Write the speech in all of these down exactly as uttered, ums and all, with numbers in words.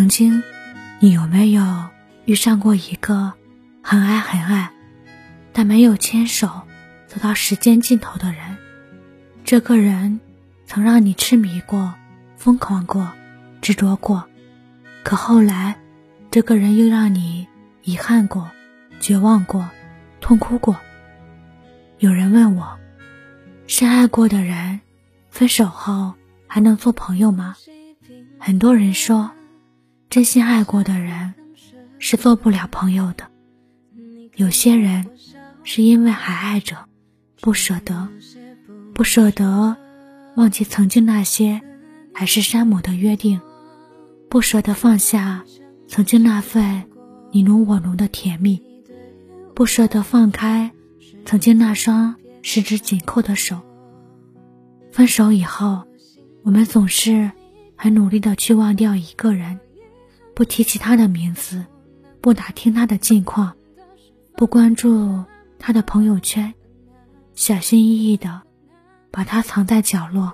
曾经你有没有遇上过一个很爱很爱但没有牵手走到时间尽头的人？这个人曾让你痴迷过，疯狂过，执着过，可后来这个人又让你遗憾过，绝望过，痛哭过。有人问我，深爱过的人分手后还能做朋友吗？很多人说，真心爱过的人是做不了朋友的。有些人是因为还爱着，不舍得，不舍得忘记曾经那些海誓山盟的约定，不舍得放下曾经那份你侬我侬的甜蜜，不舍得放开曾经那双十指紧扣的手。分手以后，我们总是很努力地去忘掉一个人，不提起他的名字，不打听他的近况，不关注他的朋友圈，小心翼翼地把他藏在角落。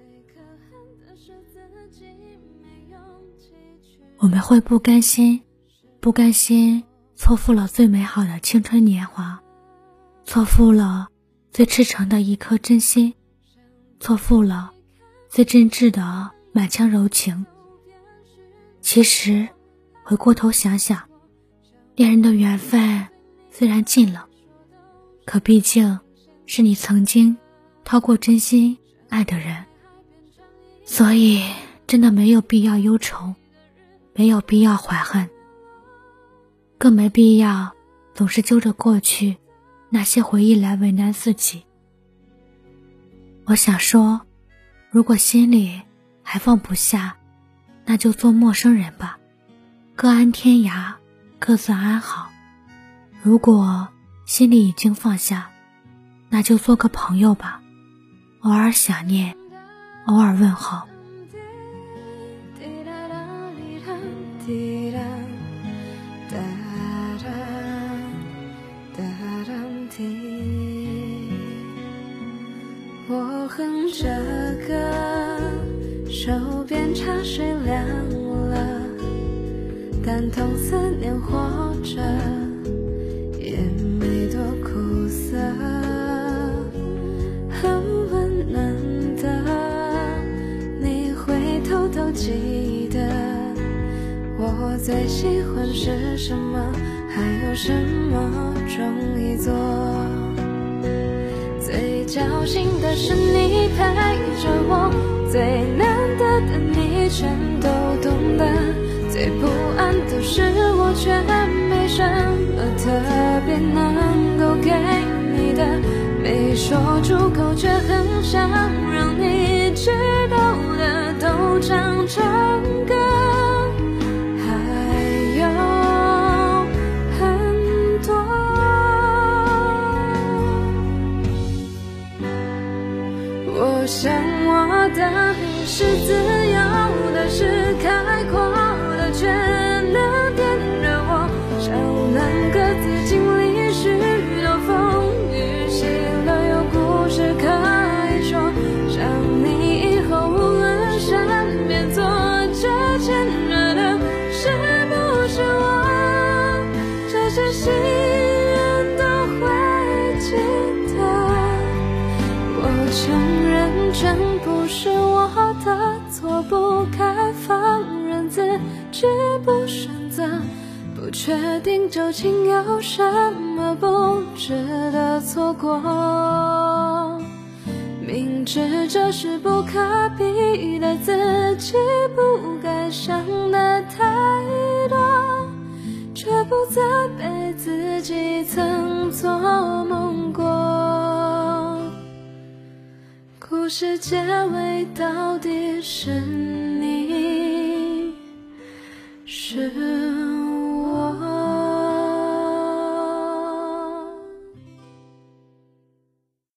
我们会不甘心，不甘心错付了最美好的青春年华，错付了最赤诚的一颗真心，错付了最真挚的满腔柔情。其实回过头想想，恋人的缘分虽然尽了，可毕竟是你曾经掏过真心爱的人，所以真的没有必要忧愁，没有必要怀恨，更没必要总是揪着过去那些回忆来为难自己。我想说，如果心里还放不下，那就做陌生人吧，各安天涯，各自安好。如果心里已经放下，那就做个朋友吧，偶尔想念，偶尔问候。 我哼着歌，手边茶水凉了，感同思念活着也没多苦涩，很温暖的，你会偷偷记得我最喜欢是什么，还有什么容易做。最侥幸的是你陪着我，最难得的你全都懂得，最不安的是我却没什么特别能够给你的，没说出口却很想让你知道的都唱成歌。还有很多我想我的是自由的，是开阔的，却能点着我，像能各自经历许多风雨，喜乐有故事可以说，像你以后无论身边坐着牵着的是不是我，这些心愿都会记得。我承认全不是我的错，不该放任自己不选择，不确定究竟有什么不值得错过，明知这是不可比的，自己不该想的太多，却不再被自己曾做梦过。故事结尾到底是